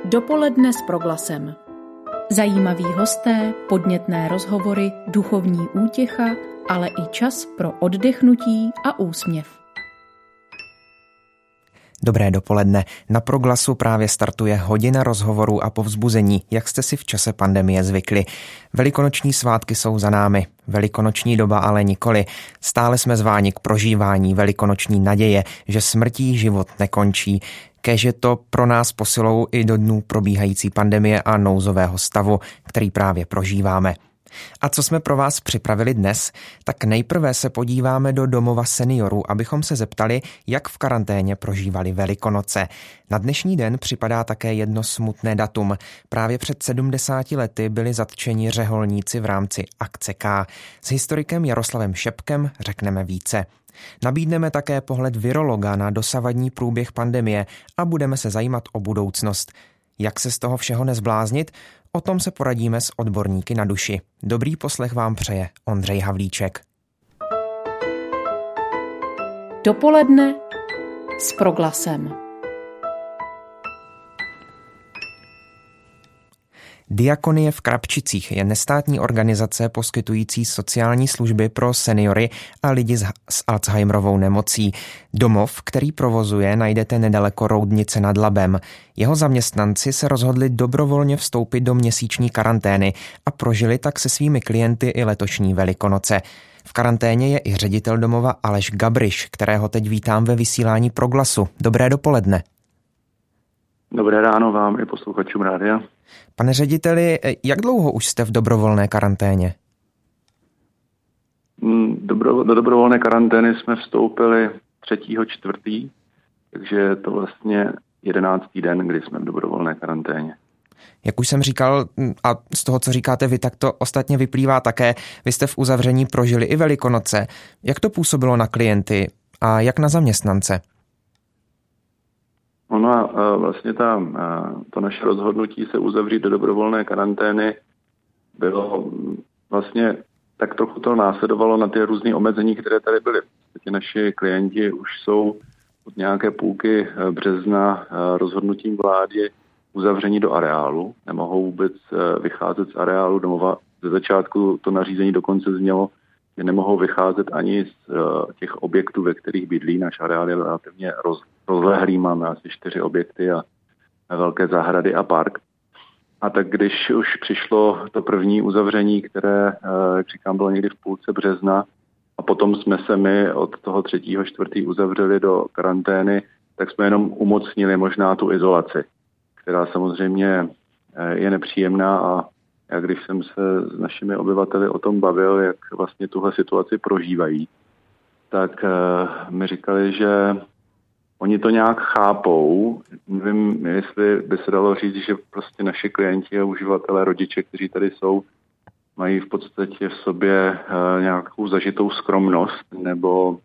Dopoledne s Proglasem. Zajímaví hosté, podnětné rozhovory, duchovní útěcha, ale i čas pro oddechnutí a úsměv. Dobré dopoledne. Na Proglasu právě startuje hodina rozhovorů a povzbuzení, jak jste si v čase pandemie zvykli. Velikonoční svátky jsou za námi, velikonoční doba ale nikoli. Stále jsme zváni k prožívání velikonoční naděje, že smrtí život nekončí. Kéž je to pro nás posilou i do dnů probíhající pandemie a nouzového stavu, který právě prožíváme. A co jsme pro vás připravili dnes? Tak nejprve se podíváme do domova seniorů, abychom se zeptali, jak v karanténě prožívali Velikonoce. Na dnešní den připadá také jedno smutné datum. Právě před 70 lety byli zatčeni řeholníci v rámci Akce K. S historikem Jaroslavem Šepkem řekneme více. Nabídneme také pohled virologa na dosavadní průběh pandemie a budeme se zajímat o budoucnost. Jak se z toho všeho nezbláznit? O tom se poradíme s odborníky na duši. Dobrý poslech vám přeje Ondřej Havlíček. Dopoledne s Proglasem. Diakonie v Krapčicích je nestátní organizace poskytující sociální služby pro seniory a lidi s Alzheimerovou nemocí. Domov, který provozuje, najdete nedaleko Roudnice nad Labem. Jeho zaměstnanci se rozhodli dobrovolně vstoupit do měsíční karantény a prožili tak se svými klienty i letošní Velikonoce. V karanténě je i ředitel domova Aleš Gabriš, kterého teď vítám ve vysílání Proglasu. Dobré dopoledne. Dobré ráno vám i posluchačům rádia. Pane řediteli, jak dlouho už jste v dobrovolné karanténě? Do dobrovolné karantény jsme vstoupili 3.4., takže je to vlastně 11. den, kdy jsme v dobrovolné karanténě. Jak už jsem říkal, a z toho, co říkáte vy, tak to ostatně vyplývá také. Vy jste v uzavření prožili i Velikonoce. Jak to působilo na klienty a jak na zaměstnance? Ono a vlastně to naše rozhodnutí se uzavřít do dobrovolné karantény bylo vlastně tak trochu to následovalo na ty různé omezení, které tady byly. Teď naši klienti už jsou od nějaké půlky března rozhodnutím vlády uzavření do areálu. Nemohou vůbec vycházet z areálu domova. Ze začátku to nařízení dokonce znělo, že nemohou vycházet ani z těch objektů, ve kterých bydlí. Náš areál je relativně rozlehlý, máme asi 4 objekty a velké zahrady a park. A tak když už přišlo to první uzavření, které, jak říkám, bylo někdy v půlce března, a potom jsme se my od toho 3.4. uzavřeli do karantény, tak jsme jenom umocnili možná tu izolaci, která samozřejmě je nepříjemná a já když jsem se s našimi obyvateli o tom bavil, jak vlastně tuhle situaci prožívají, tak mi říkali, že oni to nějak chápou. Nevím, jestli by se dalo říct, že prostě naši klienti a uživatelé, rodiče, kteří tady jsou, mají v podstatě v sobě nějakou zažitou skromnost nebo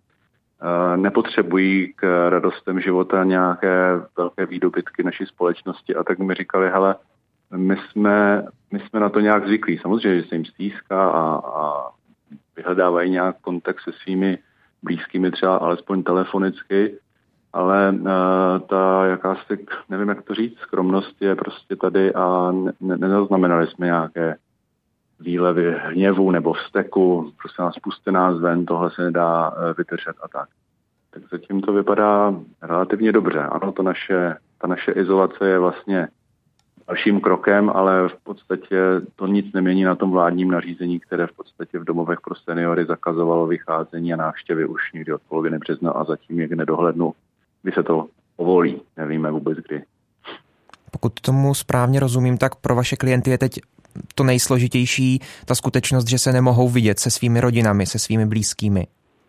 nepotřebují k radostem života nějaké velké výdobytky naší společnosti. A tak mi říkali, hele, my jsme na to nějak zvyklí. Samozřejmě, že se jim stýská a vyhledávají nějak kontakt se svými blízkými, třeba alespoň telefonicky, ale ta jakási, nevím jak to říct, skromnost je prostě tady a nezaznamenali jsme nějaké výlevy hněvu nebo vzteku, prostě nás puste nás ven, tohle se nedá vydržet a tak. Tak zatím to vypadá relativně dobře. Ano, ta naše izolace je vlastně dalším krokem, ale v podstatě to nic nemění na tom vládním nařízení, které v podstatě v domovech pro seniory zakazovalo vycházení a návštěvy už někdy od poloviny března a zatím jak nedohlednu, kdy se to povolí. Nevíme vůbec kdy. Pokud tomu správně rozumím, tak pro vaše klienty je teď to nejsložitější ta skutečnost, že se nemohou vidět se svými rodinami, se svými blízkými.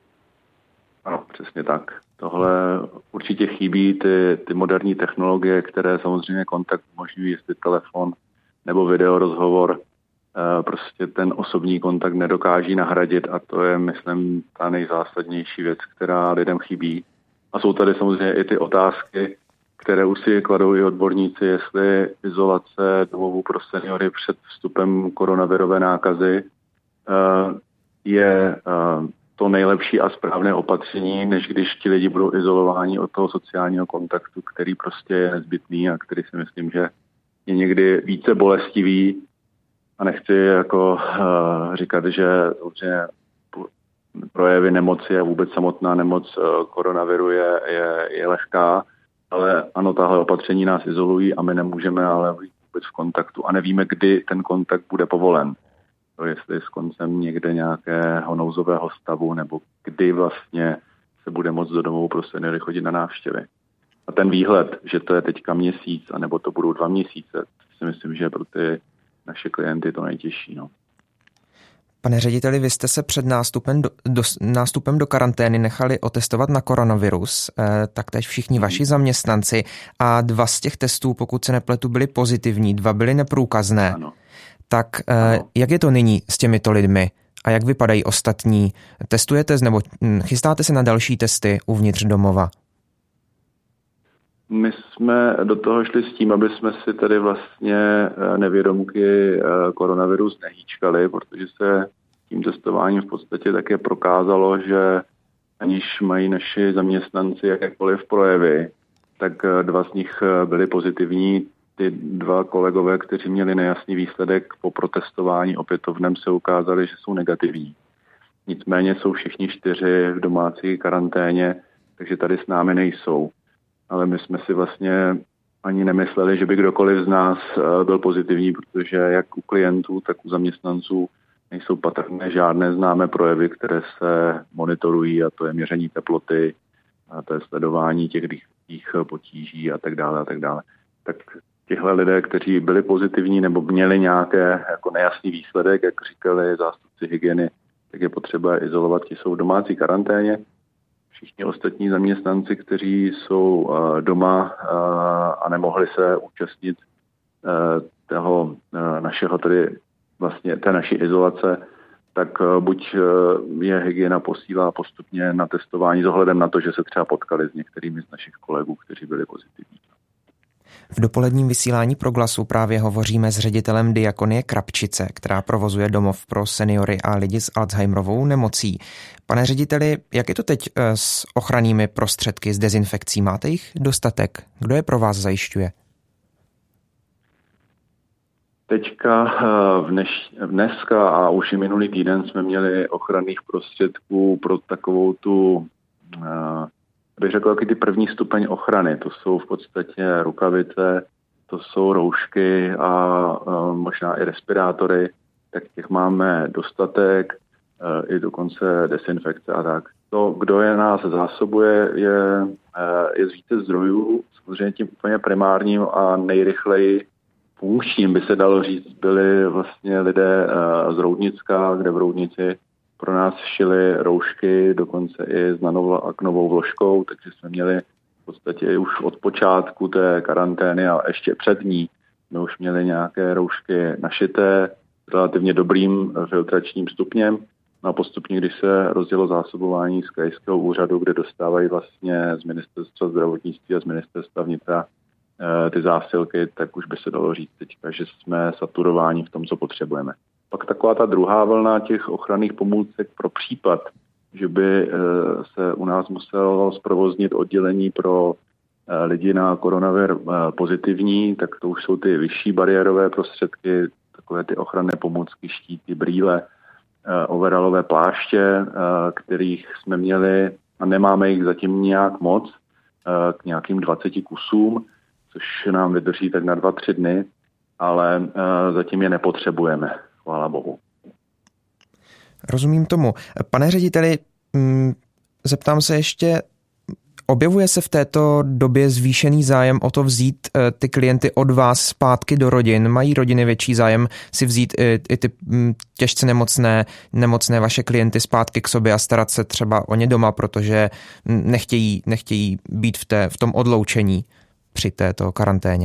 Ano, přesně tak. Tohle určitě chybí ty moderní technologie, které samozřejmě kontakt umožňují, jestli telefon nebo videorozhovor. Prostě ten osobní kontakt nedokáží nahradit a to je, myslím, ta nejzásadnější věc, která lidem chybí. A jsou tady samozřejmě i ty otázky, které už si kladou i odborníci, jestli izolace domovů pro seniory před vstupem koronavirové nákazy je to nejlepší a správné opatření, než když ti lidi budou izolováni od toho sociálního kontaktu, který prostě je nezbytný a který si myslím, že je někdy více bolestivý a nechci jako říkat, že projevy nemoci a vůbec samotná nemoc koronaviru je lehká, ale ano, tahle opatření nás izolují a my nemůžeme ale být vůbec v kontaktu a nevíme, kdy ten kontakt bude povolen. To jestli s koncem někde nějakého nouzového stavu nebo kdy vlastně se bude moct do domovů pro seniory chodit na návštěvy. A ten výhled, že to je teďka měsíc, anebo to budou 2 měsíce, si myslím, že pro ty naše klienty to nejtěžší. No. Pane řediteli, vy jste se před nástupem do karantény nechali otestovat na koronavirus, taktéž všichni vaši zaměstnanci a 2 z těch testů, pokud se nepletu, byly pozitivní, 2 byly neprůkazné. Ano. Tak jak je to nyní s těmito lidmi a jak vypadají ostatní? Testujete nebo chystáte se na další testy uvnitř domova? My jsme do toho šli s tím, aby jsme si tady vlastně nevědomky koronavirus nehýčkali, protože se tím testováním v podstatě také prokázalo, že aniž mají naši zaměstnanci jakékoliv projevy, tak 2 z nich byli pozitivní. Ty 2 kolegové, kteří měli nejasný výsledek po protestování opětovném, se ukázali, že jsou negativní. Nicméně jsou všichni 4 v domácí karanténě, takže tady s námi nejsou. Ale my jsme si vlastně ani nemysleli, že by kdokoliv z nás byl pozitivní, protože jak u klientů, tak u zaměstnanců nejsou patrné žádné známé projevy, které se monitorují, a to je měření teploty, a to je sledování těch dýchacích potíží a tak dále a tak dále. Tak těhle lidé, kteří byli pozitivní nebo měli nějaké jako nejasný výsledek, jak říkali zástupci hygieny, tak je potřeba izolovat, ti jsou v domácí karanténě. Všichni ostatní zaměstnanci, kteří jsou doma a nemohli se účastnit toho našeho, tedy vlastně té naší izolace, tak buď je hygiena posílá postupně na testování s ohledem na to, že se třeba potkali s některými z našich kolegů, kteří byli pozitivní. V dopoledním vysílání Proglasu právě hovoříme s ředitelem Diakonie Krapčice, která provozuje domov pro seniory a lidi s Alzheimerovou nemocí. Pane řediteli, jak je to teď s ochrannými prostředky, s dezinfekcí? Máte jich dostatek? Kdo je pro vás zajišťuje? Teďka dneska a už i minulý týden jsme měli ochranných prostředků pro takovou tu, bych řekl, jaký ty první stupeň ochrany. To jsou v podstatě rukavice, to jsou roušky a možná i respirátory, tak těch máme dostatek, i dokonce desinfekce a tak. To, kdo je nás zásobuje, je z více zdrojů. Samozřejmě tím úplně primárním a nejrychleji funkčním by se dalo říct, byli vlastně lidé z Roudnicka, kde v Roudnici pro nás šili roušky, dokonce i s nanoaknovou vložkou, takže jsme měli v podstatě už od počátku té karantény a ještě před ní jsme už měli nějaké roušky našité s relativně dobrým filtračním stupněm. No a postupně, když se rozdělo zásobování z krajského úřadu, kde dostávají vlastně z ministerstva zdravotnictví a z ministerstva vnitra ty zásilky, tak už by se dalo říct teďka, že jsme saturováni v tom, co potřebujeme. Pak taková ta druhá vlna těch ochranných pomůcek pro případ, že by se u nás muselo zprovoznit oddělení pro lidi na koronavir pozitivní, tak to už jsou ty vyšší bariérové prostředky, takové ty ochranné pomůcky, štíty, brýle, overallové pláště, kterých jsme měli a nemáme jich zatím nějak moc, k nějakým 20 kusům, což nám vydrží tak na 2-3 dny, ale zatím je nepotřebujeme, chvála bohu. Rozumím tomu. Pane řediteli, zeptám se ještě, objevuje se v této době zvýšený zájem o to vzít ty klienty od vás zpátky do rodin? Mají rodiny větší zájem si vzít i ty těžce nemocné vaše klienty zpátky k sobě a starat se třeba o ně doma, protože nechtějí být v tom odloučení při této karanténě?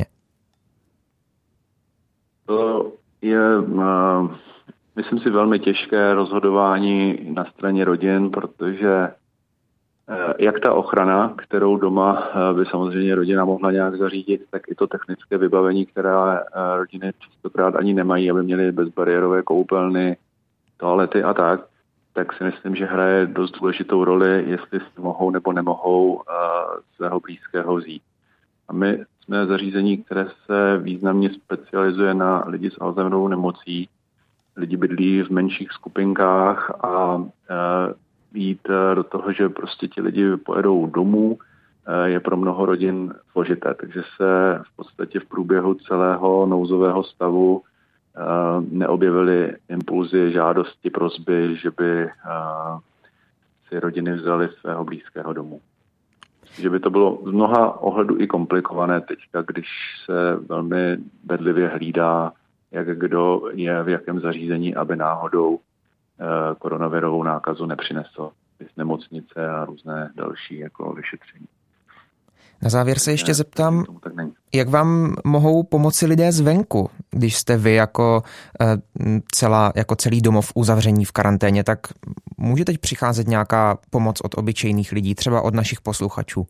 To je, myslím si, velmi těžké rozhodování na straně rodin, protože jak ta ochrana, kterou doma by samozřejmě rodina mohla nějak zařídit, tak i to technické vybavení, která rodiny častokrát ani nemají, aby měly bezbariérové koupelny, toalety a tak si myslím, že hraje dost důležitou roli, jestli si mohou nebo nemohou svého blízkého vzít. A my jsme zařízení, které se významně specializuje na lidi s Alzheimerovou nemocí. Lidi bydlí v menších skupinkách a jít do toho, že prostě ti lidi pojedou domů, je pro mnoho rodin složité. Takže se v podstatě v průběhu celého nouzového stavu neobjevily impulzy, žádosti, prosby, že by si rodiny vzaly svého blízkého domů. Že by to bylo z mnoha ohledů i komplikované teďka, když se velmi bedlivě hlídá, jak kdo je v jakém zařízení, aby náhodou koronavirovou nákazu nepřinesl z nemocnice a různé další jako vyšetření. Na závěr se ještě zeptám, jak vám mohou pomoci lidé zvenku, když jste vy jako celý domov uzavření v karanténě, tak může teď přicházet nějaká pomoc od obyčejných lidí, třeba od našich posluchačů?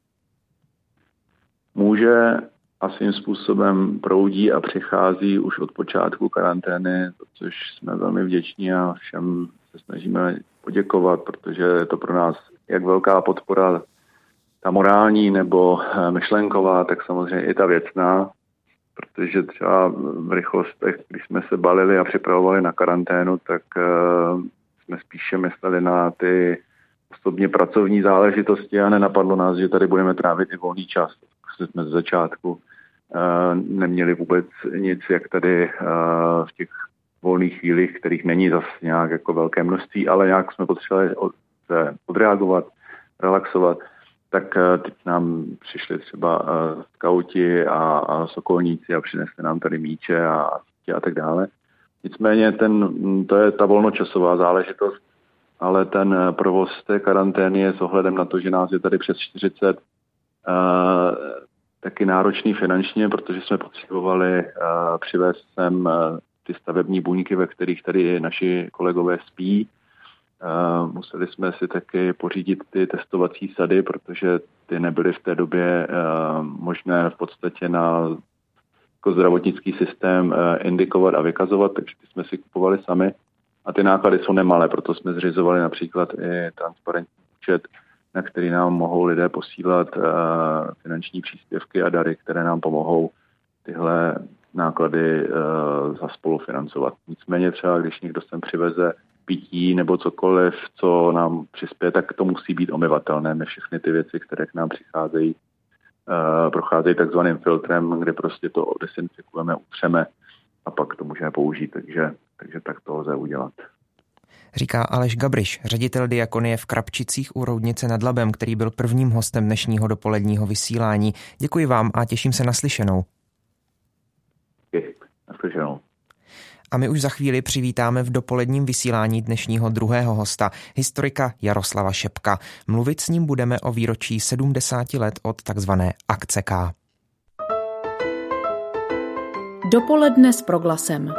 Může a svým způsobem proudí a přichází už od počátku karantény, což jsme velmi vděční a všem se snažíme poděkovat, protože je to pro nás jak velká podpora, ta morální nebo myšlenková, tak samozřejmě i ta věcná, protože třeba v rychlostech, když jsme se balili a připravovali na karanténu, tak jsme spíše mysleli na ty osobně pracovní záležitosti a nenapadlo nás, že tady budeme trávit i volný čas. Jsme z začátku neměli vůbec nic, jak tady v těch volných chvílích, kterých není zase nějak jako velké množství, ale nějak jsme potřebovali odreagovat, relaxovat. Tak teď nám přišli třeba skauti a sokolníci a přinesli nám tady míče a tak dále. Nicméně to je ta volnočasová záležitost, ale ten provoz té karantény je s ohledem na to, že nás je tady přes 40, taky náročný finančně, protože jsme potřebovali přivést sem ty stavební buňky, ve kterých tady naši kolegové spí. Museli jsme si taky pořídit ty testovací sady, protože ty nebyly v té době možné v podstatě na jako zdravotnický systém indikovat a vykazovat, takže ty jsme si kupovali sami. A ty náklady jsou nemalé, proto jsme zřizovali například i transparentní účet, na který nám mohou lidé posílat finanční příspěvky a dary, které nám pomohou tyhle náklady zaspolufinancovat. Nicméně třeba, když někdo sem přiveze pití nebo cokoliv, co nám přispěje, tak to musí být omyvatelné. My všechny ty věci, které k nám přicházejí, procházejí takzvaným filtrem, kde prostě to dezinfikujeme, utřeme a pak to můžeme použít, takže tak to lze udělat. Říká Aleš Gabriš, ředitel diakonie v Krapčicích u Roudnice nad Labem, který byl prvním hostem dnešního dopoledního vysílání. Děkuji vám a těším se na slyšenou. Naslyšenou. A my už za chvíli přivítáme v dopoledním vysílání dnešního druhého hosta, historika Jaroslava Šebka. Mluvit s ním budeme o výročí 70 let od takzvané Akce K. Dopoledne s Proglasem.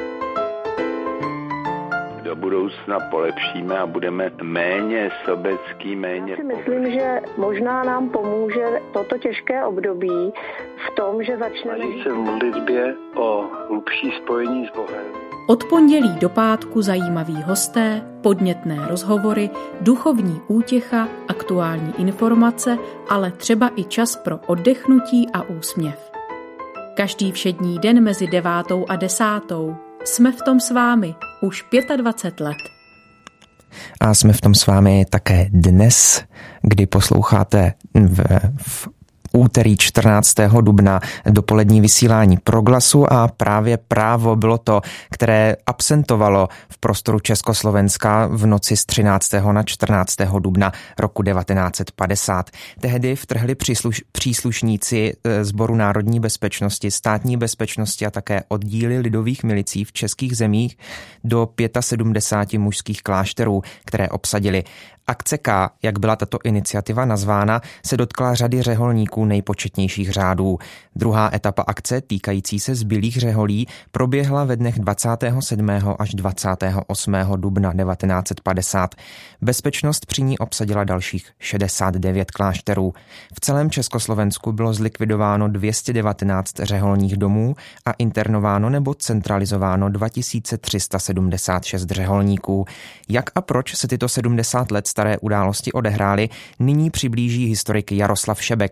Do budoucna polepšíme a budeme méně sobecký, méně... Já si myslím, že možná nám pomůže toto těžké období v tom, že začneme... Snaží se v modlitbě o hlubší spojení s Bohem. Od pondělí do pátku zajímaví hosté, podnětné rozhovory, duchovní útěcha, aktuální informace, ale třeba i čas pro oddechnutí a úsměv. Každý všední den mezi 9. a 10. Jsme v tom s vámi už 25 let. A jsme v tom s vámi také dnes, kdy posloucháte v úterý 14. dubna dopolední vysílání Proglasu a právě Právo bylo to, které absentovalo v prostoru Československa v noci z 13. na 14. dubna roku 1950. Tehdy vtrhli příslušníci Sboru národní bezpečnosti, státní bezpečnosti a také oddíly lidových milicí v českých zemích do 75 mužských klášterů, které obsadili. Akce K, jak byla tato iniciativa nazvána, se dotkla řady řeholníků nejpočetnějších řádů. Druhá etapa akce, týkající se zbylých řeholí, proběhla ve dnech 27. až 28. dubna 1950. Bezpečnost při ní obsadila dalších 69 klášterů. V celém Československu bylo zlikvidováno 219 řeholních domů a internováno nebo centralizováno 2376 řeholníků. Jak a proč se tyto 70 let staré události odehrály, nyní přiblíží historik Jaroslav Šebek z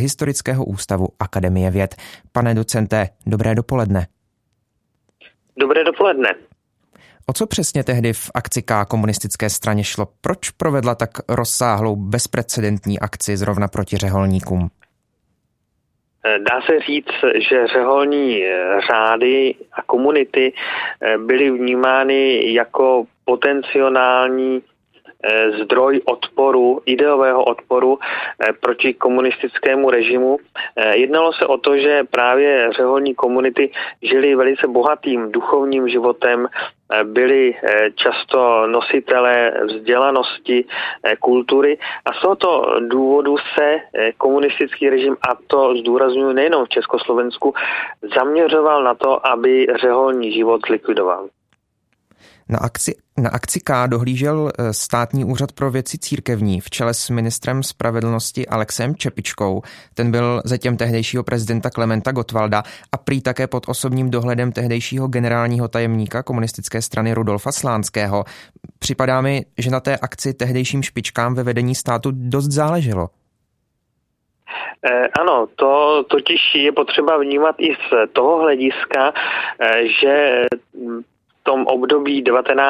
Historického ústavu Akademie věd. Pane docente, dobré dopoledne. Dobré dopoledne. O co přesně tehdy v akci K komunistické straně šlo? Proč provedla tak rozsáhlou bezprecedentní akci zrovna proti řeholníkům? Dá se říct, že řeholní řády a komunity byly vnímány jako potenciální zdroj odporu, ideového odporu proti komunistickému režimu. Jednalo se o to, že právě řeholní komunity žili velice bohatým duchovním životem, byli často nositelé vzdělanosti, kultury a z tohoto důvodu se komunistický režim, a to zdůrazňuji nejenom v Československu, zaměřoval na to, aby řeholní život zlikvidoval. Na akci K dohlížel Státní úřad pro věci církevní v čele s ministrem spravedlnosti Alexem Čepičkou. Ten byl zetěm tehdejšího prezidenta Klementa Gottwalda a prý také pod osobním dohledem tehdejšího generálního tajemníka komunistické strany Rudolfa Slánského. Připadá mi, že na té akci tehdejším špičkám ve vedení státu dost záleželo. Ano, to totiž je potřeba vnímat i z toho hlediska, že v tom období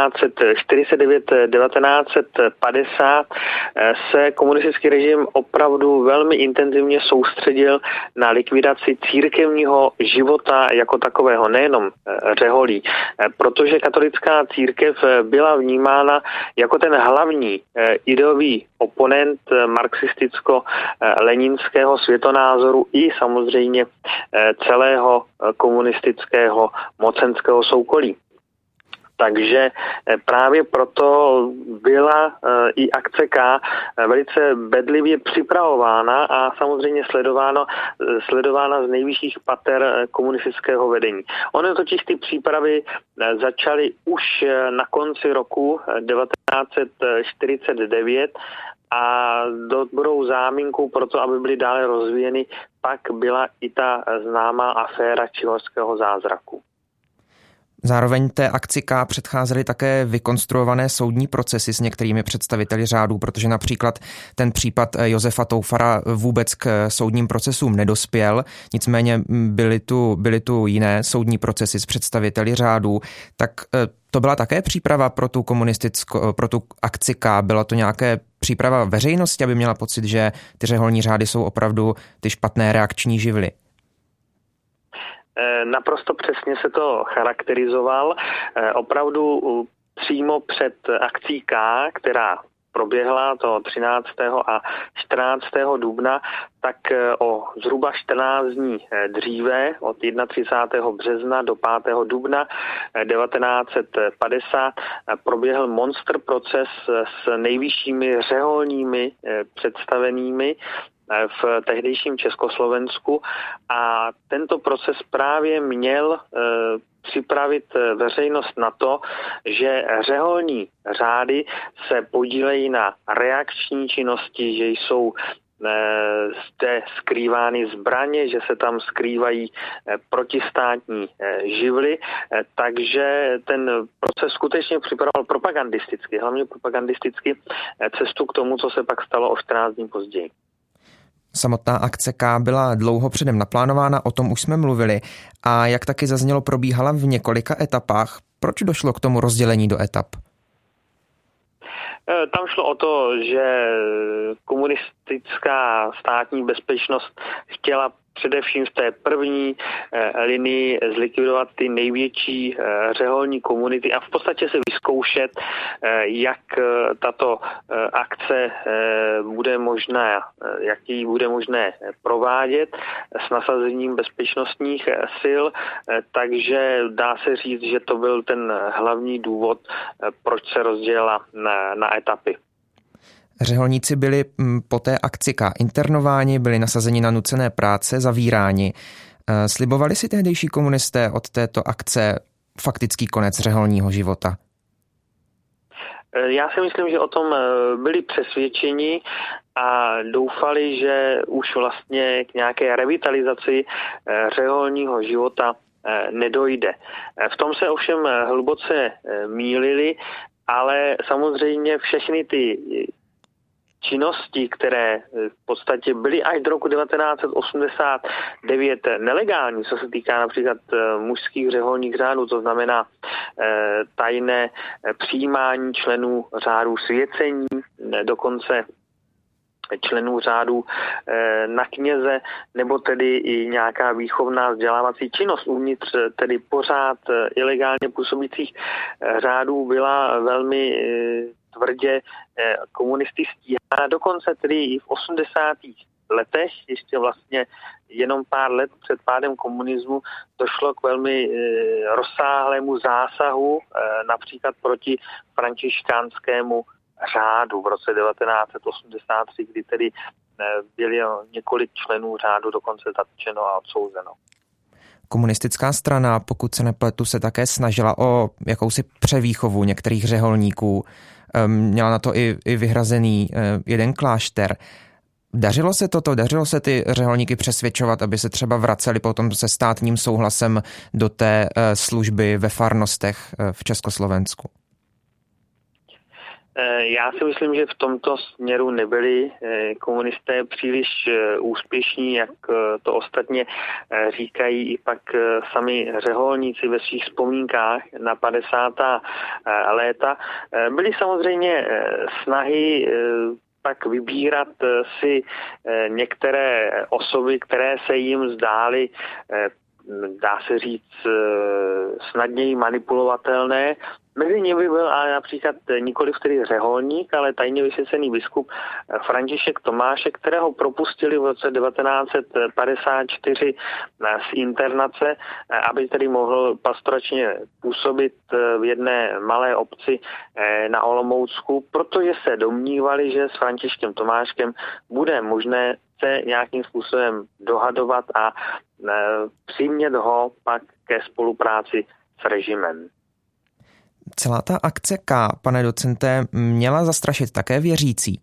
1949-1950 se komunistický režim opravdu velmi intenzivně soustředil na likvidaci církevního života jako takového, nejenom řeholí, protože katolická církev byla vnímána jako ten hlavní ideový oponent marxisticko-leninského světonázoru i samozřejmě celého komunistického mocenského soukolí. Takže právě proto byla i akce K velice bedlivě připravována a samozřejmě sledována z nejvyšších pater komunistického vedení. Ony totiž ty přípravy začaly už na konci roku 1949 a dobrou záminku pro to, aby byly dále rozvíjeny, pak byla i ta známá aféra Čilhorského zázraku. Zároveň té akci K předcházely také vykonstruované soudní procesy s některými představiteli řádů, protože například ten případ Josefa Toufara vůbec k soudním procesům nedospěl, nicméně byly tu jiné soudní procesy s představiteli řádů. Tak to byla také příprava pro tu akci K? Byla to nějaké příprava veřejnosti, aby měla pocit, že ty řeholní řády jsou opravdu ty špatné reakční živly? Naprosto přesně se to charakterizoval. Opravdu přímo před akcí K, která proběhla to 13. a 14. dubna, tak o zhruba 14 dní dříve, od 31. března do 5. dubna 1950, proběhl monster proces s nejvyššími řeholními představenými v tehdejším Československu a tento proces právě měl připravit veřejnost na to, že řeholní řády se podílejí na reakční činnosti, že jsou zde skrývány zbraně, že se tam skrývají protistátní živly, takže ten proces skutečně připravoval propagandisticky, hlavně propagandisticky cestu k tomu, co se pak stalo o 14 dní později. Samotná akce K byla dlouho předem naplánována, o tom už jsme mluvili a jak taky zaznělo, probíhala v několika etapách. Proč došlo k tomu rozdělení do etap? Tam šlo o to, že komunistická státní bezpečnost chtěla především v té první linii zlikvidovat ty největší řeholní komunity a v podstatě se vyzkoušet, jak tato akce bude možná, jak ji bude možné provádět s nasazením bezpečnostních sil, takže dá se říct, že to byl ten hlavní důvod, proč se rozdělila na etapy. Řeholníci byli po té akci K internováni, byli nasazeni na nucené práce, zavíráni. Slibovali si tehdejší komunisté od této akce faktický konec řeholního života? Já si myslím, že o tom byli přesvědčeni a doufali, že už vlastně k nějaké revitalizaci řeholního života nedojde. V tom se ovšem hluboce mýlili, ale samozřejmě všechny ty činnosti, které v podstatě byly až do roku 1989 nelegální, co se týká například mužských řeholních řádů, to znamená tajné přijímání členů řádů svěcení, dokonce členů řádu na kněze, nebo tedy i nějaká výchovná vzdělávací činnost uvnitř tedy pořád ilegálně působících řádů byla velmi tvrdě komunisty stíhána. Dokonce tedy i v 80. letech, ještě vlastně jenom pár let před pádem komunismu, došlo k velmi rozsáhlému zásahu například proti františkánskému řádu v roce 1983, kdy tedy bylo několik členů řádu dokonce zatčeno a odsouzeno. Komunistická strana, pokud se nepletu, se také snažila o jakousi převýchovu některých řeholníků. Měla na to i vyhrazený jeden klášter. Dařilo se toto? Dařilo se ty řeholníky přesvědčovat, aby se třeba vraceli potom se státním souhlasem do té služby ve farnostech v Československu? Já si myslím, že v tomto směru nebyli komunisté příliš úspěšní, jak to ostatně říkají i pak sami řeholníci ve svých vzpomínkách na 50. léta. Byly samozřejmě snahy pak vybírat si některé osoby, které se jim zdály, dá se říct, snadněji manipulovatelné. Mezi nimi byl ale například nikoliv tedy řeholník, ale tajně vysvěcený biskup František Tomášek, kterého propustili v roce 1954 z internace, aby tedy mohl pastoračně působit v jedné malé obci na Olomoucku, protože se domnívali, že s Františkem Tomáškem bude možné se nějakým způsobem dohadovat a přimět ho pak ke spolupráci s režimem. Celá ta akce K, pane docente, měla zastrašit také věřící?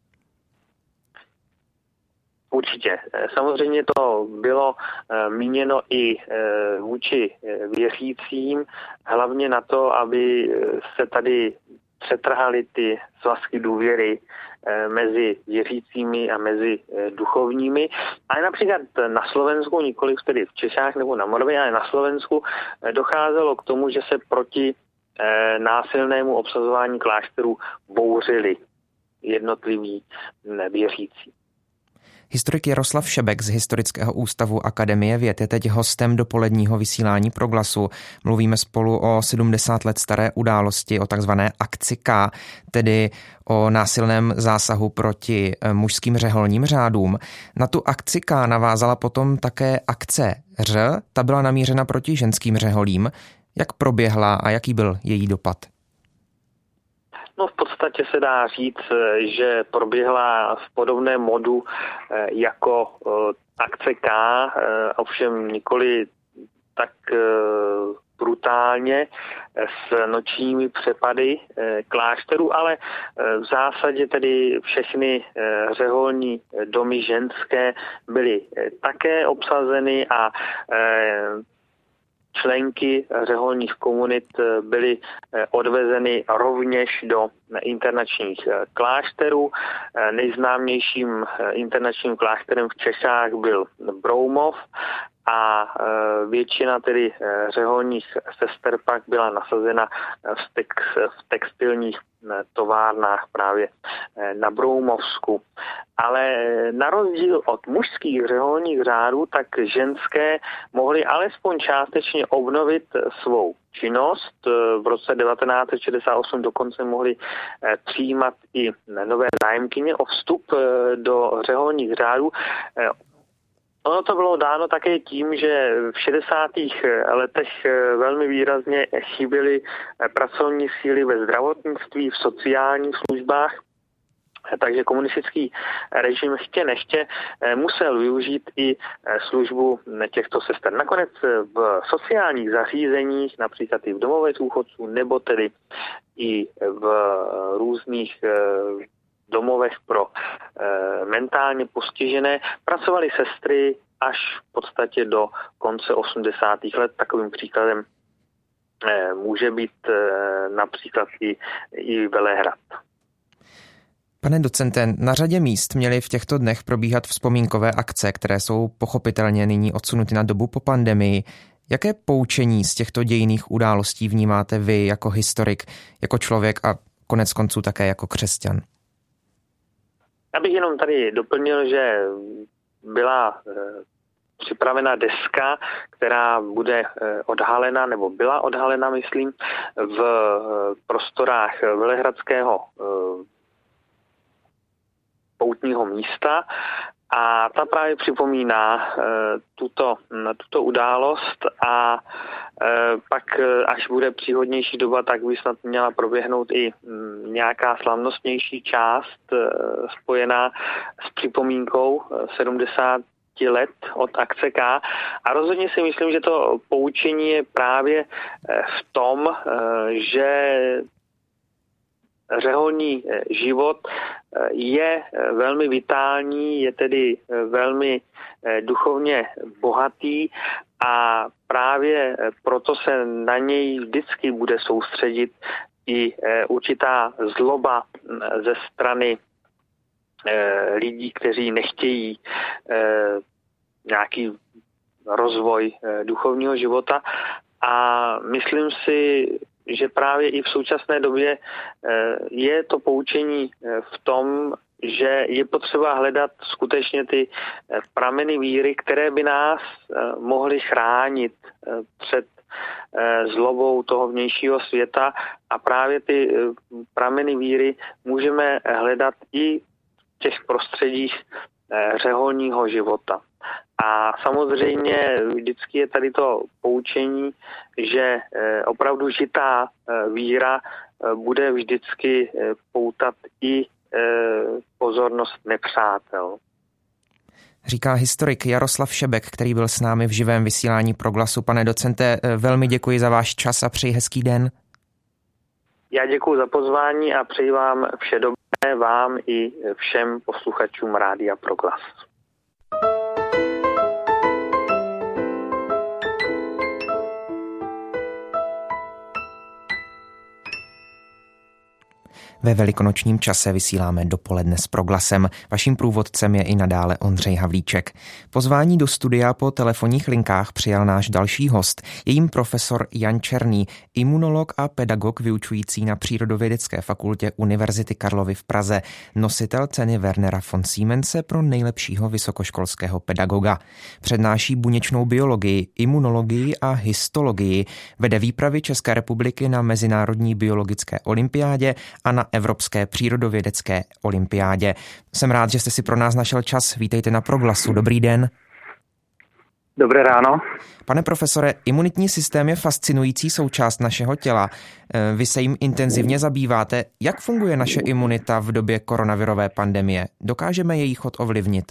Určitě. Samozřejmě to bylo míněno i vůči věřícím, hlavně na to, aby se tady přetrhaly ty svazky důvěry mezi věřícími a mezi duchovními. Ale například na Slovensku, nikoliv tedy v Čechách nebo na Moravě, ale na Slovensku docházelo k tomu, že se proti násilnému obsazování klášterů bouřili jednotliví věřící. Historik Jaroslav Šebek z Historického ústavu Akademie věd je teď hostem dopoledního vysílání Proglasu. Mluvíme spolu o 70 let staré události, o takzvané akci K, tedy o násilném zásahu proti mužským řeholním řádům. Na tu akci K navázala potom také akce Ř, ta byla namířena proti ženským řeholím. Jak proběhla a jaký byl její dopad? No v podstatě se dá říct, že proběhla v podobném modu jako akce K, ovšem nikoli tak brutálně s nočními přepady klášterů, ale v zásadě tedy všechny řeholní domy ženské byly také obsazeny a členky řeholních komunit byly odvezeny rovněž do internačních klášterů. Nejznámějším internačním klášterem v Čechách byl Broumov a většina tedy řeholních sester pak byla nasazena v textilních továrnách právě na Broumovsku. Ale na rozdíl od mužských řeholních řádů, tak ženské mohly alespoň částečně obnovit svou činnost. V roce 1968 dokonce mohly přijímat i nové nájemkyně o vstup do řeholních řádů. Ono to bylo dáno také tím, že v 60. letech velmi výrazně chyběly pracovní síly ve zdravotnictví, v sociálních službách, takže komunistický režim chtě nechtě musel využít i službu těchto sester. Nakonec v sociálních zařízeních, například i v domovech důchodců, nebo tedy i v různých domovech pro mentálně postižené, pracovaly sestry až v podstatě do konce 80. let. Takovým příkladem může být například i Velehrad. Pane docente, na řadě míst měly v těchto dnech probíhat vzpomínkové akce, které jsou pochopitelně nyní odsunuty na dobu po pandemii. Jaké poučení z těchto dějinných událostí vnímáte vy jako historik, jako člověk a konec konců také jako křesťan? Já bych jenom tady doplnil, že byla připravena deska, která bude odhalena, nebo byla odhalena, myslím, v prostorách Velehradského poutního místa. A ta právě připomíná tuto událost a pak, až bude příhodnější doba, tak by snad měla proběhnout i nějaká slavnostnější část spojená s připomínkou 70 let od akce K. A rozhodně si myslím, že to poučení je právě v tom, že řeholní život je velmi vitální, je tedy velmi duchovně bohatý a právě proto se na něj vždycky bude soustředit i určitá zloba ze strany lidí, kteří nechtějí nějaký rozvoj duchovního života. A myslím si, že právě i v současné době je to poučení v tom, že je potřeba hledat skutečně ty prameny víry, které by nás mohly chránit před zlobou toho vnějšího světa a právě ty prameny víry můžeme hledat i v těch prostředích řeholního života. A samozřejmě vždycky je tady to poučení, že opravdu žitá víra bude vždycky poutat i pozornost nepřátel. Říká historik Jaroslav Šebek, který byl s námi v živém vysílání Proglasu. Pane docente, velmi děkuji za váš čas a přeji hezký den. Já děkuji za pozvání a přeji vám vše dobré, vám i všem posluchačům Rádia Proglas. Ve velikonočním čase vysíláme dopoledne s Proglasem. Vaším průvodcem je i nadále Ondřej Havlíček. Pozvání do studia po telefonních linkách přijal náš další host. Je jím profesor Jan Černý, imunolog a pedagog vyučující na Přírodovědecké fakultě Univerzity Karlovy v Praze, nositel ceny Wernera von Siemense pro nejlepšího vysokoškolského pedagoga. Přednáší buněčnou biologii, imunologii a histologii, vede výpravy České republiky na Mezinárodní biologické olympiádě a na Evropské přírodovědecké olympiádě. Jsem rád, že jste si pro nás našel čas. Vítejte na Proglasu. Dobrý den. Dobré ráno. Pane profesore, imunitní systém je fascinující součást našeho těla. Vy se jim intenzivně zabýváte. Jak funguje naše imunita v době koronavirové pandemie? Dokážeme její chod ovlivnit?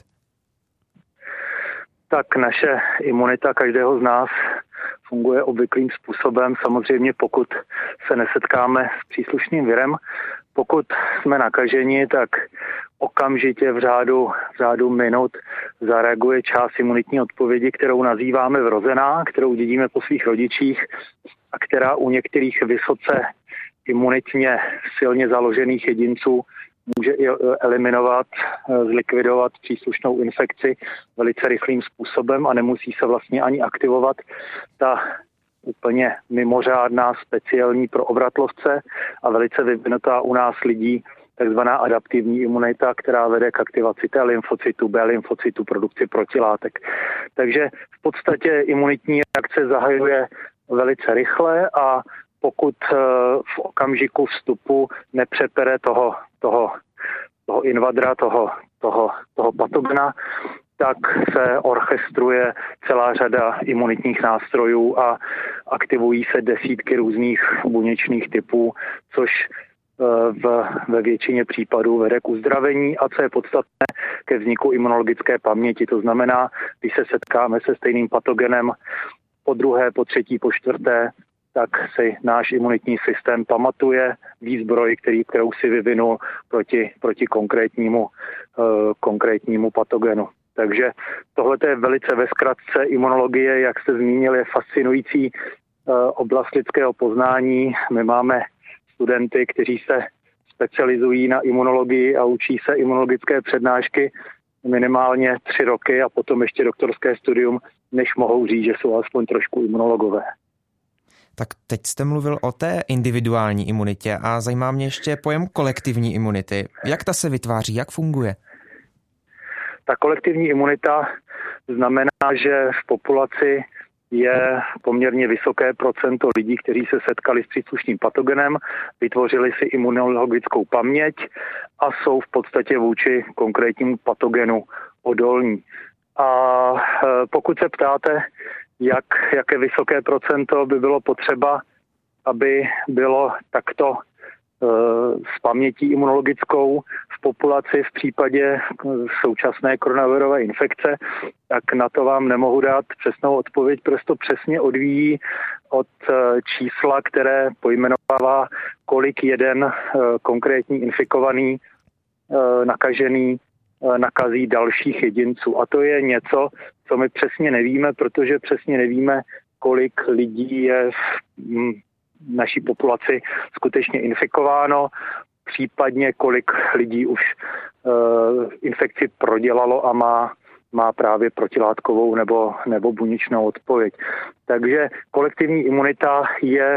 Tak naše imunita každého z nás funguje obvyklým způsobem. Samozřejmě pokud se nesetkáme s příslušným virem, pokud jsme nakaženi, tak okamžitě v řádu minut zareaguje část imunitní odpovědi, kterou nazýváme vrozená, kterou dědíme po svých rodičích a která u některých vysoce imunitně silně založených jedinců může i eliminovat, zlikvidovat příslušnou infekci velice rychlým způsobem a nemusí se vlastně ani aktivovat ta úplně mimořádná, speciální pro obratlovce a velice vyvinutá u nás lidí takzvaná adaptivní imunita, která vede k aktivaci T lymfocytu, B lymfocytu, produkci protilátek. Takže v podstatě imunitní reakce zahajuje velice rychle a pokud v okamžiku vstupu nepřepere toho invadra, toho patogena, tak se orchestruje celá řada imunitních nástrojů a aktivují se desítky různých buněčných typů, což ve většině případů vede k uzdravení a co je podstatné, ke vzniku imunologické paměti. To znamená, když se setkáme se stejným patogenem po druhé, po třetí, po čtvrté, tak si náš imunitní systém pamatuje výzbroj, kterou si vyvinul proti konkrétnímu patogenu. Takže tohle je velice ve zkratce. Imunologie, jak jste zmínil, je fascinující oblast lidského poznání. My máme studenty, kteří se specializují na imunologii a učí se imunologické přednášky minimálně 3 roky a potom ještě doktorské studium, než mohou říct, že jsou alespoň trošku imunologové. Tak teď jste mluvil o té individuální imunitě a zajímá mě ještě pojem kolektivní imunity. Jak ta se vytváří, jak funguje? Ta kolektivní imunita znamená, že v populaci je poměrně vysoké procento lidí, kteří se setkali s příslušným patogenem, vytvořili si imunologickou paměť a jsou v podstatě vůči konkrétnímu patogenu odolní. A pokud se ptáte, jaké vysoké procento by bylo potřeba, aby bylo takto s pamětí imunologickou v populaci v případě současné koronavirové infekce, tak na to vám nemohu dát přesnou odpověď, protože to přesně odvíjí od čísla, které pojmenovává, kolik jeden konkrétní infikovaný, nakažený nakazí dalších jedinců. A to je něco, co my přesně nevíme, protože přesně nevíme, kolik lidí je v naší populaci skutečně infikováno, případně kolik lidí už infekci prodělalo a má právě protilátkovou nebo buněčnou odpověď. Takže kolektivní imunita je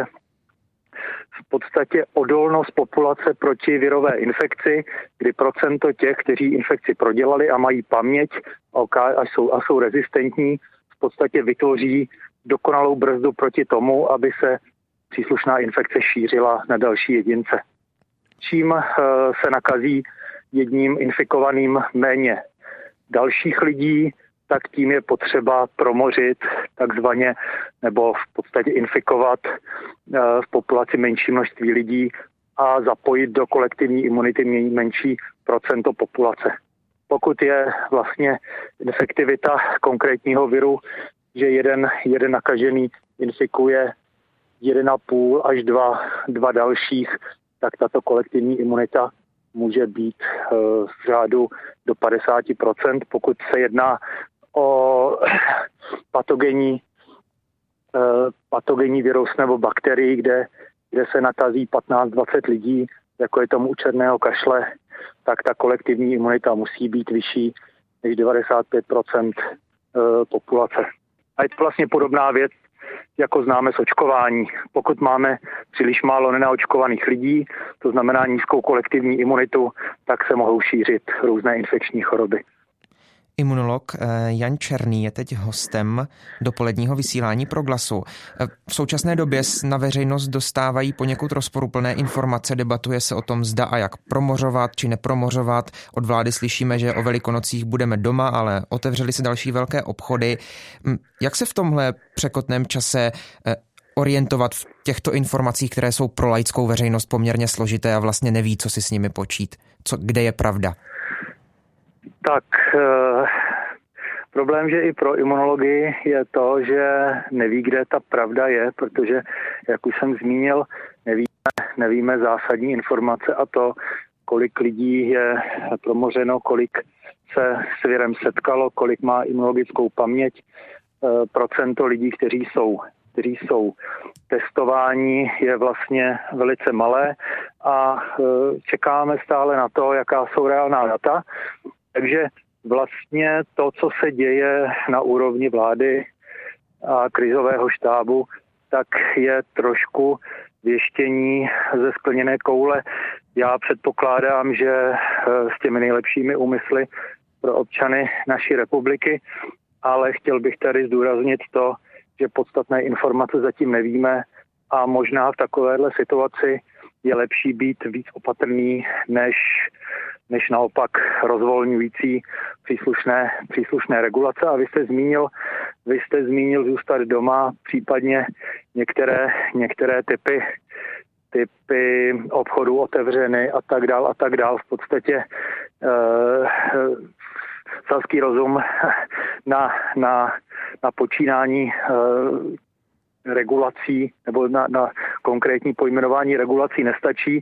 v podstatě odolnost populace proti virové infekci, kdy procento těch, kteří infekci prodělali a mají paměť a jsou rezistentní, v podstatě vytvoří dokonalou brzdu proti tomu, aby se příslušná infekce šířila na další jedince. Čím se nakazí jedním infikovaným méně dalších lidí, tak tím je potřeba promořit takzvaně nebo v podstatě infikovat v populaci menší množství lidí a zapojit do kolektivní imunity menší procento populace. Pokud je vlastně infektivita konkrétního viru, že jeden nakažený infikuje 1,5 až 2 dalších, tak tato kolektivní imunita může být v řádu do 50%, pokud se jedná o patogenní virus nebo bakterii, kde se nakazí 15-20 lidí, jako je tomu u černého kašle, tak ta kolektivní imunita musí být vyšší než 95% populace. A je to vlastně podobná věc, jako známe z očkování. Pokud máme příliš málo nenaočkovaných lidí, to znamená nízkou kolektivní imunitu, tak se mohou šířit různé infekční choroby. Imunolog Jan Černý je teď hostem dopoledního vysílání Proglasu. V současné době na veřejnost dostávají poněkud rozporuplné informace, debatuje se o tom, zda a jak promořovat či nepromořovat. Od vlády slyšíme, že o Velikonocích budeme doma, ale otevřely se další velké obchody. Jak se v tomhle překotném čase orientovat v těchto informacích, které jsou pro laickou veřejnost poměrně složité a vlastně neví, co si s nimi počít? Kde je pravda? Tak problém, že i pro imunologii je to, že neví, kde ta pravda je, protože, jak už jsem zmínil, nevíme zásadní informace a to, kolik lidí je promořeno, kolik se s virem setkalo, kolik má imunologickou paměť, procento lidí, kteří jsou testováni, je vlastně velice malé a čekáme stále na to, jaká jsou reálná data. Takže vlastně to, co se děje na úrovni vlády a krizového štábu, tak je trošku věštění ze skleněné koule. Já předpokládám, že s těmi nejlepšími úmysly pro občany naší republiky, ale chtěl bych tady zdůraznit to, že podstatné informace zatím nevíme a možná v takovéhle situaci je lepší být víc opatrný, než naopak rozvolňující příslušné regulace. A vy jste zmínil zůstat doma, případně některé typy obchodů otevřeny a tak dál. V podstatě selský rozum na počínání regulací nebo na konkrétní pojmenování regulací nestačí.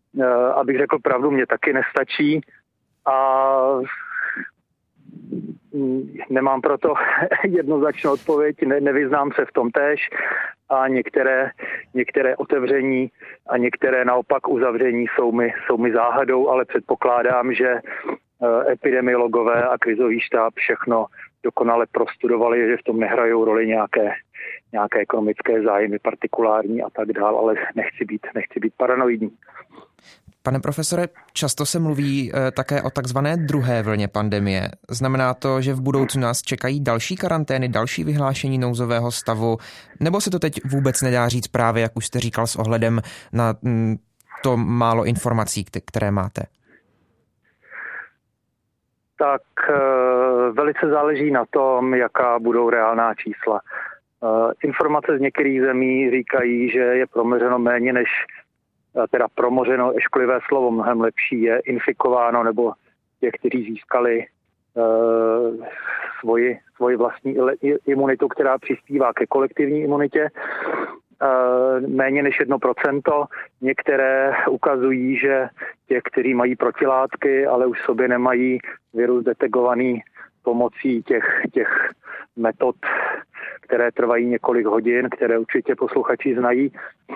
Abych řekl pravdu, mě taky nestačí a Nemám proto jednoznačnou odpověď, nevyznám se v tom též a některé otevření a některé naopak uzavření jsou mi záhadou, ale předpokládám, že epidemiologové a krizový štáb všechno dokonale prostudovali, že v tom nehrajou roli nějaké ekonomické zájmy partikulární a tak dál, ale nechci být paranoidní. Pane profesore, často se mluví také o takzvané druhé vlně pandemie. Znamená to, že v budoucnu nás čekají další karantény, další vyhlášení nouzového stavu, nebo se to teď vůbec nedá říct právě, jak už jste říkal, s ohledem na to málo informací, které máte? Tak velice záleží na tom, jaká budou reálná čísla. Informace z některých zemí říkají, že je promořeno méně než, teda promořeno je šklivé slovo, mnohem lepší je infikováno, nebo těch, kteří získali svoji vlastní imunitu, která přispívá ke kolektivní imunitě, méně než 1%. Některé ukazují, že těch, kteří mají protilátky, ale už sobě nemají virus detekovaný pomocí těch metod, které trvají několik hodin, které určitě posluchači znají,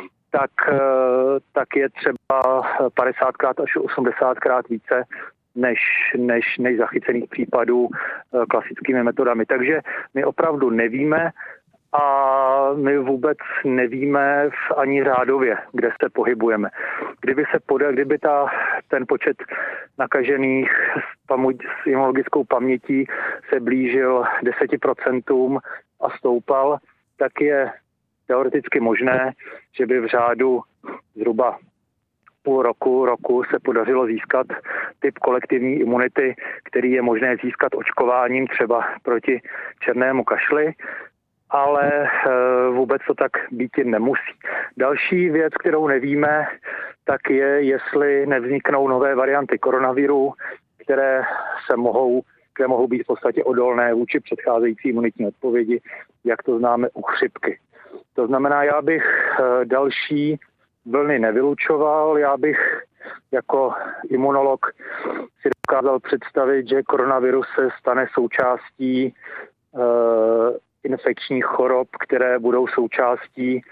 tak je třeba 50krát až 80krát více než zachycených případů klasickými metodami. Takže my opravdu nevíme a my vůbec nevíme ani řádově, kde se pohybujeme. Kdyby ten počet nakažených s imunologickou pamětí se blížil 10% a stoupal, tak je teoreticky možné, že by v řádu zhruba půl roku se podařilo získat typ kolektivní imunity, který je možné získat očkováním třeba proti černému kašli, ale vůbec to tak být nemusí. Další věc, kterou nevíme, tak je, jestli nevzniknou nové varianty koronaviru, které mohou být v podstatě odolné vůči předcházející imunitní odpovědi, jak to známe u chřipky. To znamená, já bych další vlny nevylučoval, já bych jako imunolog si dokázal představit, že koronavirus se stane součástí infekčních chorob, které budou součástí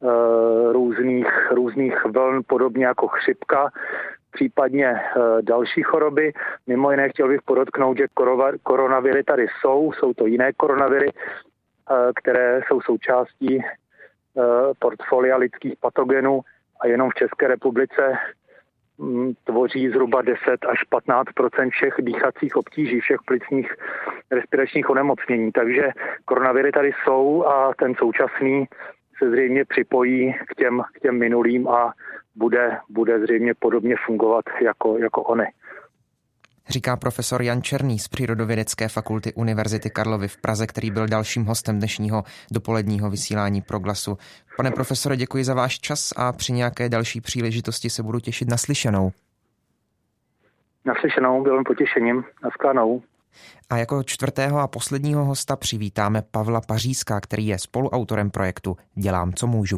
různých vln, podobně jako chřipka, případně další choroby. Mimo jiné chtěl bych podotknout, že koronaviry tady jsou to jiné koronaviry, které jsou součástí portfolia lidských patogenů a jenom v České republice tvoří zhruba 10 až 15% všech dýchacích obtíží, všech plicních respiračních onemocnění. Takže koronaviry tady jsou a ten současný se zřejmě připojí k těm minulým a bude zřejmě podobně fungovat jako ony. Říká profesor Jan Černý z Přírodovědecké fakulty Univerzity Karlovy v Praze, který byl dalším hostem dnešního dopoledního vysílání Proglasu. Pane profesore, děkuji za váš čas a při nějaké další příležitosti se budu těšit na slyšenou. Naslyšenou, bylo potěšením. Naschledanou. A jako čtvrtého a posledního hosta přivítáme Pavla Pařízka, který je spoluautorem projektu Dělám, co můžu.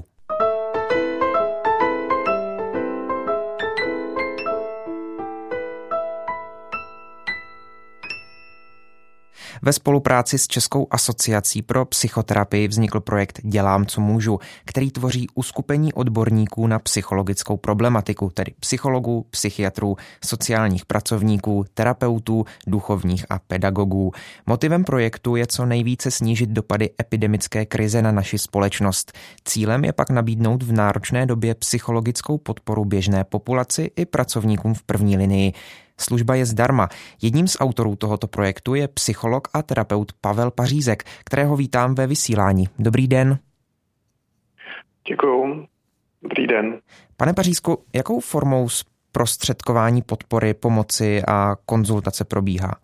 Ve spolupráci s Českou asociací pro psychoterapii vznikl projekt Dělám, co můžu, který tvoří uskupení odborníků na psychologickou problematiku, tedy psychologů, psychiatrů, sociálních pracovníků, terapeutů, duchovních a pedagogů. Motivem projektu je co nejvíce snížit dopady epidemické krize na naši společnost. Cílem je pak nabídnout v náročné době psychologickou podporu běžné populaci i pracovníkům v první linii. Služba je zdarma. Jedním z autorů tohoto projektu je psycholog a terapeut Pavel Pařízek, kterého vítám ve vysílání. Dobrý den. Děkuju. Dobrý den. Pane Pařízku, jakou formou zprostředkování podpory, pomoci a konzultace probíhá?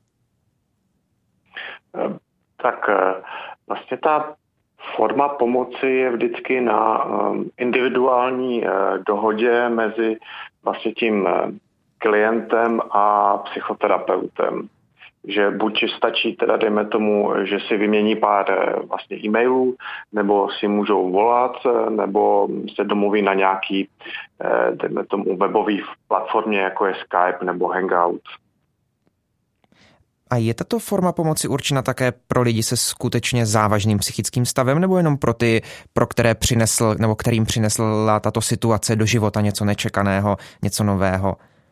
Tak vlastně ta forma pomoci je vždycky na individuální dohodě mezi vlastně tím klientem a psychoterapeutem. Že buď stačí teda, dejme tomu, že si vymění pár vlastně e-mailů, nebo si můžou volat, nebo se domluví na nějaký, dejme tomu, webový platformě, jako je Skype nebo Hangout. A je tato forma pomoci určena také pro lidi se skutečně závažným psychickým stavem, nebo jenom pro ty, kterým přinesla tato situace do života něco nečekaného, něco nového?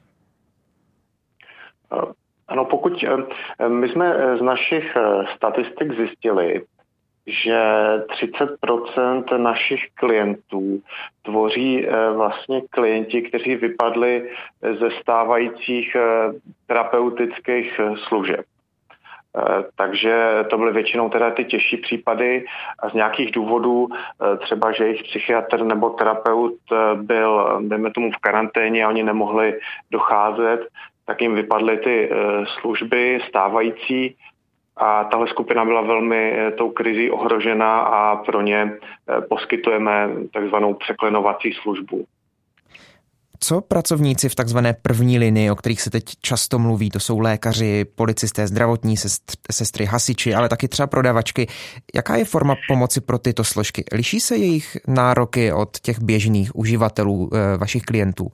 Ano, pokud my jsme z našich statistik zjistili, že 30% našich klientů tvoří vlastně klienti, kteří vypadli ze stávajících terapeutických služeb. Takže to byly většinou teda ty těžší případy a z nějakých důvodů, třeba že jejich psychiatr nebo terapeut byl, dejme tomu, v karanténě a oni nemohli docházet, tak jim vypadly ty služby stávající a tahle skupina byla velmi tou krizí ohrožena a pro ně poskytujeme takzvanou překlenovací službu. Co pracovníci v takzvané první linii, o kterých se teď často mluví, to jsou lékaři, policisté, zdravotní sestry, hasiči, ale taky třeba prodavačky. Jaká je forma pomoci pro tyto složky? Liší se jejich nároky od těch běžných uživatelů, vašich klientů?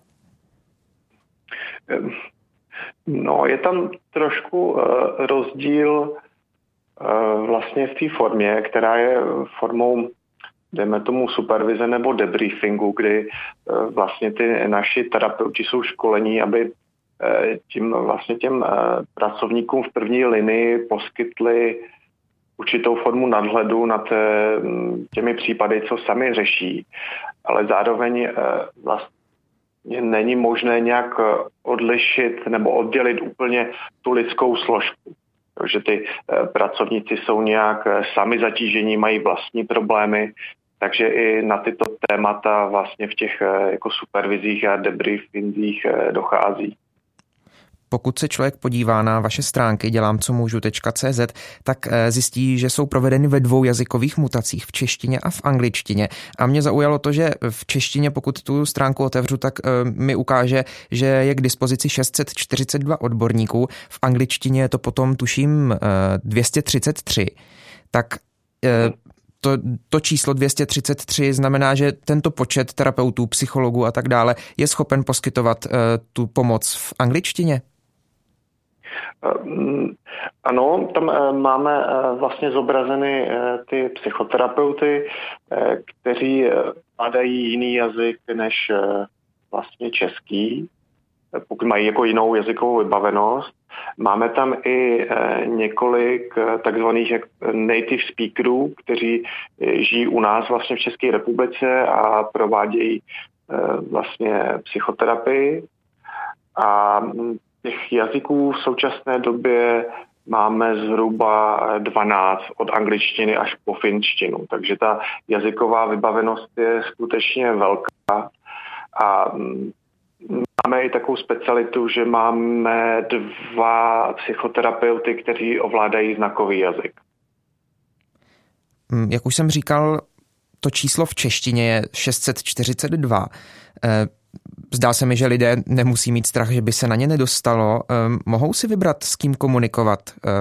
No, je tam trošku rozdíl vlastně v té formě, která je formou, dejme tomu, supervize nebo debriefingu, kdy vlastně ty naši terapeuti jsou školení, aby těm pracovníkům v první linii poskytli určitou formu nadhledu nad těmi případy, co sami řeší, ale zároveň vlastně není možné nějak odlišit nebo oddělit úplně tu lidskou složku. Že ty pracovníci jsou nějak sami zatížení, mají vlastní problémy, takže i na tyto témata vlastně v těch jako supervizích a debriefingích dochází. Pokud se člověk podívá na vaše stránky dělamcomůžu.cz, tak zjistí, že jsou provedeny ve 2 jazykových mutacích, v češtině a v angličtině. A mě zaujalo to, že v češtině, pokud tu stránku otevřu, tak mi ukáže, že je k dispozici 642 odborníků. V angličtině je to potom, tuším, 233. Tak to číslo 233 znamená, že tento počet terapeutů, psychologů a tak dále je schopen poskytovat tu pomoc v angličtině? Ano, tam máme vlastně zobrazeny ty psychoterapeuty, kteří vládají jiný jazyk než vlastně český, pokud mají jako jinou jazykovou vybavenost. Máme tam i několik takzvaných native speakerů, kteří žijí u nás vlastně v České republice a provádějí vlastně psychoterapii. A těch jazyků v současné době máme zhruba 12 od angličtiny až po finštinu, takže ta jazyková vybavenost je skutečně velká a máme i takovou specialitu, že máme 2 psychoterapeuty, kteří ovládají znakový jazyk. Jak už jsem říkal, to číslo v češtině je 642. Zdá se mi, že lidé nemusí mít strach, že by se na ně nedostalo. Mohou si vybrat, s kým komunikovat?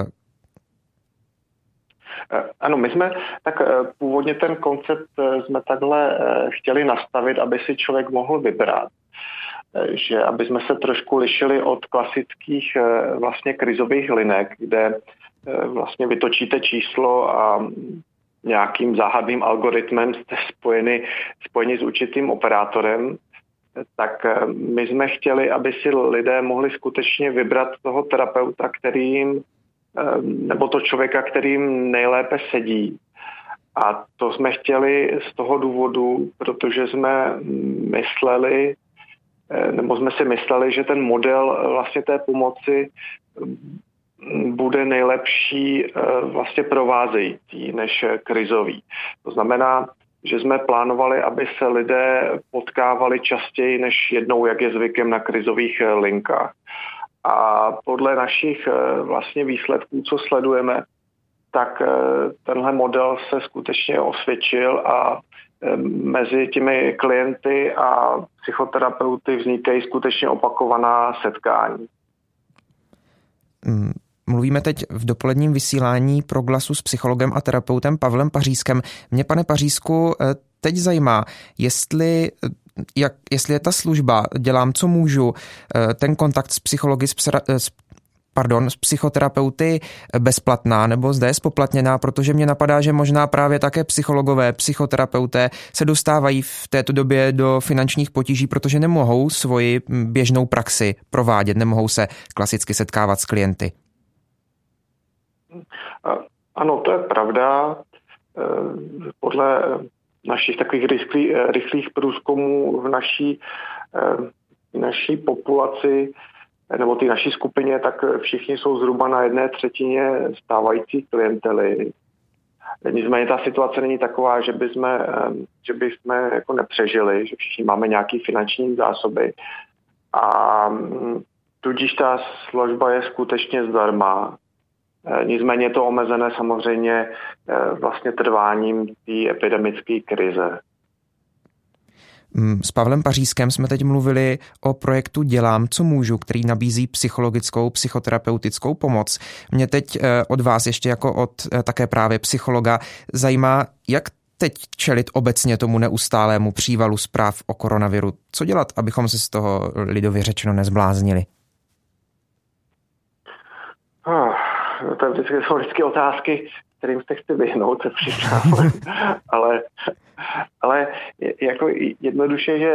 Ano, my jsme tak původně ten koncept jsme takhle chtěli nastavit, aby si člověk mohl vybrat. Že aby jsme se trošku lišili od klasických vlastně krizových linek, kde vlastně vytočíte číslo a nějakým záhadným algoritmem jste spojeni s určitým operátorem, tak my jsme chtěli, aby si lidé mohli skutečně vybrat toho terapeuta, kterým, nebo to člověka, kterým nejlépe sedí. A to jsme chtěli z toho důvodu, protože jsme si mysleli, že ten model vlastně té pomoci bude nejlepší vlastně provázející než krizový. To znamená, že jsme plánovali, aby se lidé potkávali častěji než jednou, jak je zvykem na krizových linkách. A podle našich vlastně výsledků, co sledujeme, tak tenhle model se skutečně osvědčil a mezi těmi klienty a psychoterapeuty vznikají skutečně opakovaná setkání. Mluvíme teď v dopoledním vysílání Proglasu s psychologem a terapeutem Pavlem Pařískem. Mě, pane Pařísku, teď zajímá, jestli je ta služba Dělám, co můžu, ten kontakt s psychologi, s psychoterapeuty bezplatná nebo zde je spoplatněná, protože mě napadá, že možná právě také psychologové, psychoterapeuté se dostávají v této době do finančních potíží, protože nemohou svoji běžnou praxi provádět, nemohou se klasicky setkávat s klienty. Ano, to je pravda. Podle našich takových rychlých průzkumů v naší populaci nebo ty naší skupině, tak všichni jsou zhruba na 1/3 stávající klientely. Nicméně ta situace není taková, že bychom jako nepřežili, že všichni máme nějaké finanční zásoby a tudíž ta služba je skutečně zdarma. Nicméně je to omezené samozřejmě vlastně trváním té epidemické krize. S Pavlem Pařízkem jsme teď mluvili o projektu Dělám, co můžu, který nabízí psychologickou, psychoterapeutickou pomoc. Mě teď od vás ještě jako od také právě psychologa zajímá, jak teď čelit obecně tomu neustálému přívalu zpráv o koronaviru. Co dělat, abychom se z toho lidově řečeno nezbláznili? To jsou vždycky otázky, kterým se chci vyhnout, se přiznám. ale jako jednoduše,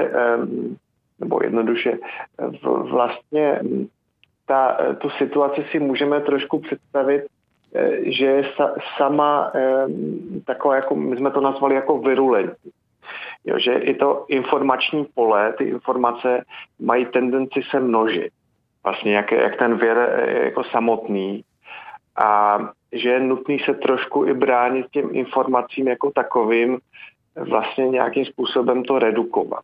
vlastně tu situaci si můžeme trošku představit, že je sama taková, jako my jsme to nazvali jako virulentní. Jo, že i to informační pole, ty informace mají tendenci se množit. Vlastně jak ten vir jako samotný. A že je nutný se trošku i bránit těm informacím jako takovým, vlastně nějakým způsobem to redukovat.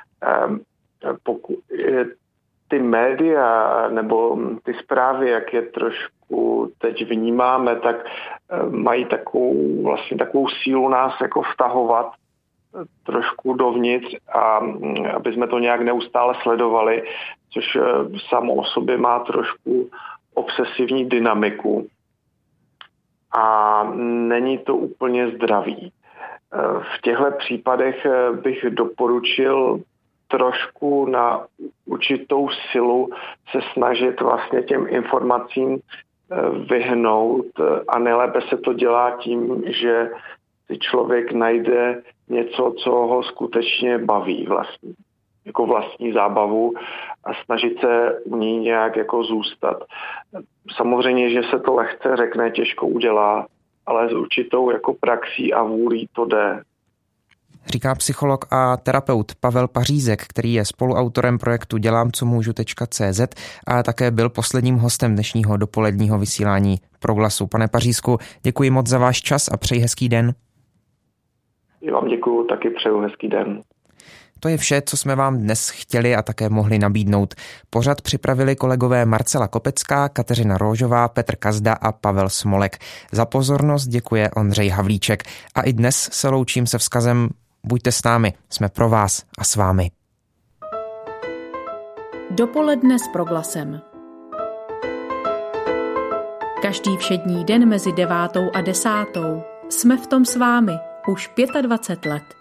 Ty média nebo ty zprávy, jak je trošku teď vnímáme, tak mají takovou sílu nás jako vtahovat trošku dovnitř a aby jsme to nějak neustále sledovali, což samo o sobě má trošku obsesivní dynamiku a není to úplně zdravý. V těchto případech bych doporučil trošku na určitou silu se snažit vlastně těm informacím vyhnout a nejlépe se to dělá tím, že si člověk najde něco, co ho skutečně baví vlastně, jako vlastní zábavu a snažit se u ní nějak jako zůstat. Samozřejmě, že se to lehce řekne, těžko udělá, ale s určitou jako praxí a vůlí to jde. Říká psycholog a terapeut Pavel Pařízek, který je spoluautorem projektu dělamcomůžu.cz a také byl posledním hostem dnešního dopoledního vysílání Proglasu. Pane Pařízku, děkuji moc za váš čas a přeji hezký den. Já vám děkuju, taky přeju hezký den. To je vše, co jsme vám dnes chtěli a také mohli nabídnout. Pořad připravili kolegové Marcela Kopecká, Kateřina Róžová, Petr Kazda a Pavel Smolek. Za pozornost děkuje Ondřej Havlíček. A i dnes se loučím se vzkazem: buďte s námi, jsme pro vás a s vámi. Dopoledne s Proglasem. Každý všední den mezi 9. a 10. jsme v tom s vámi už 25 let.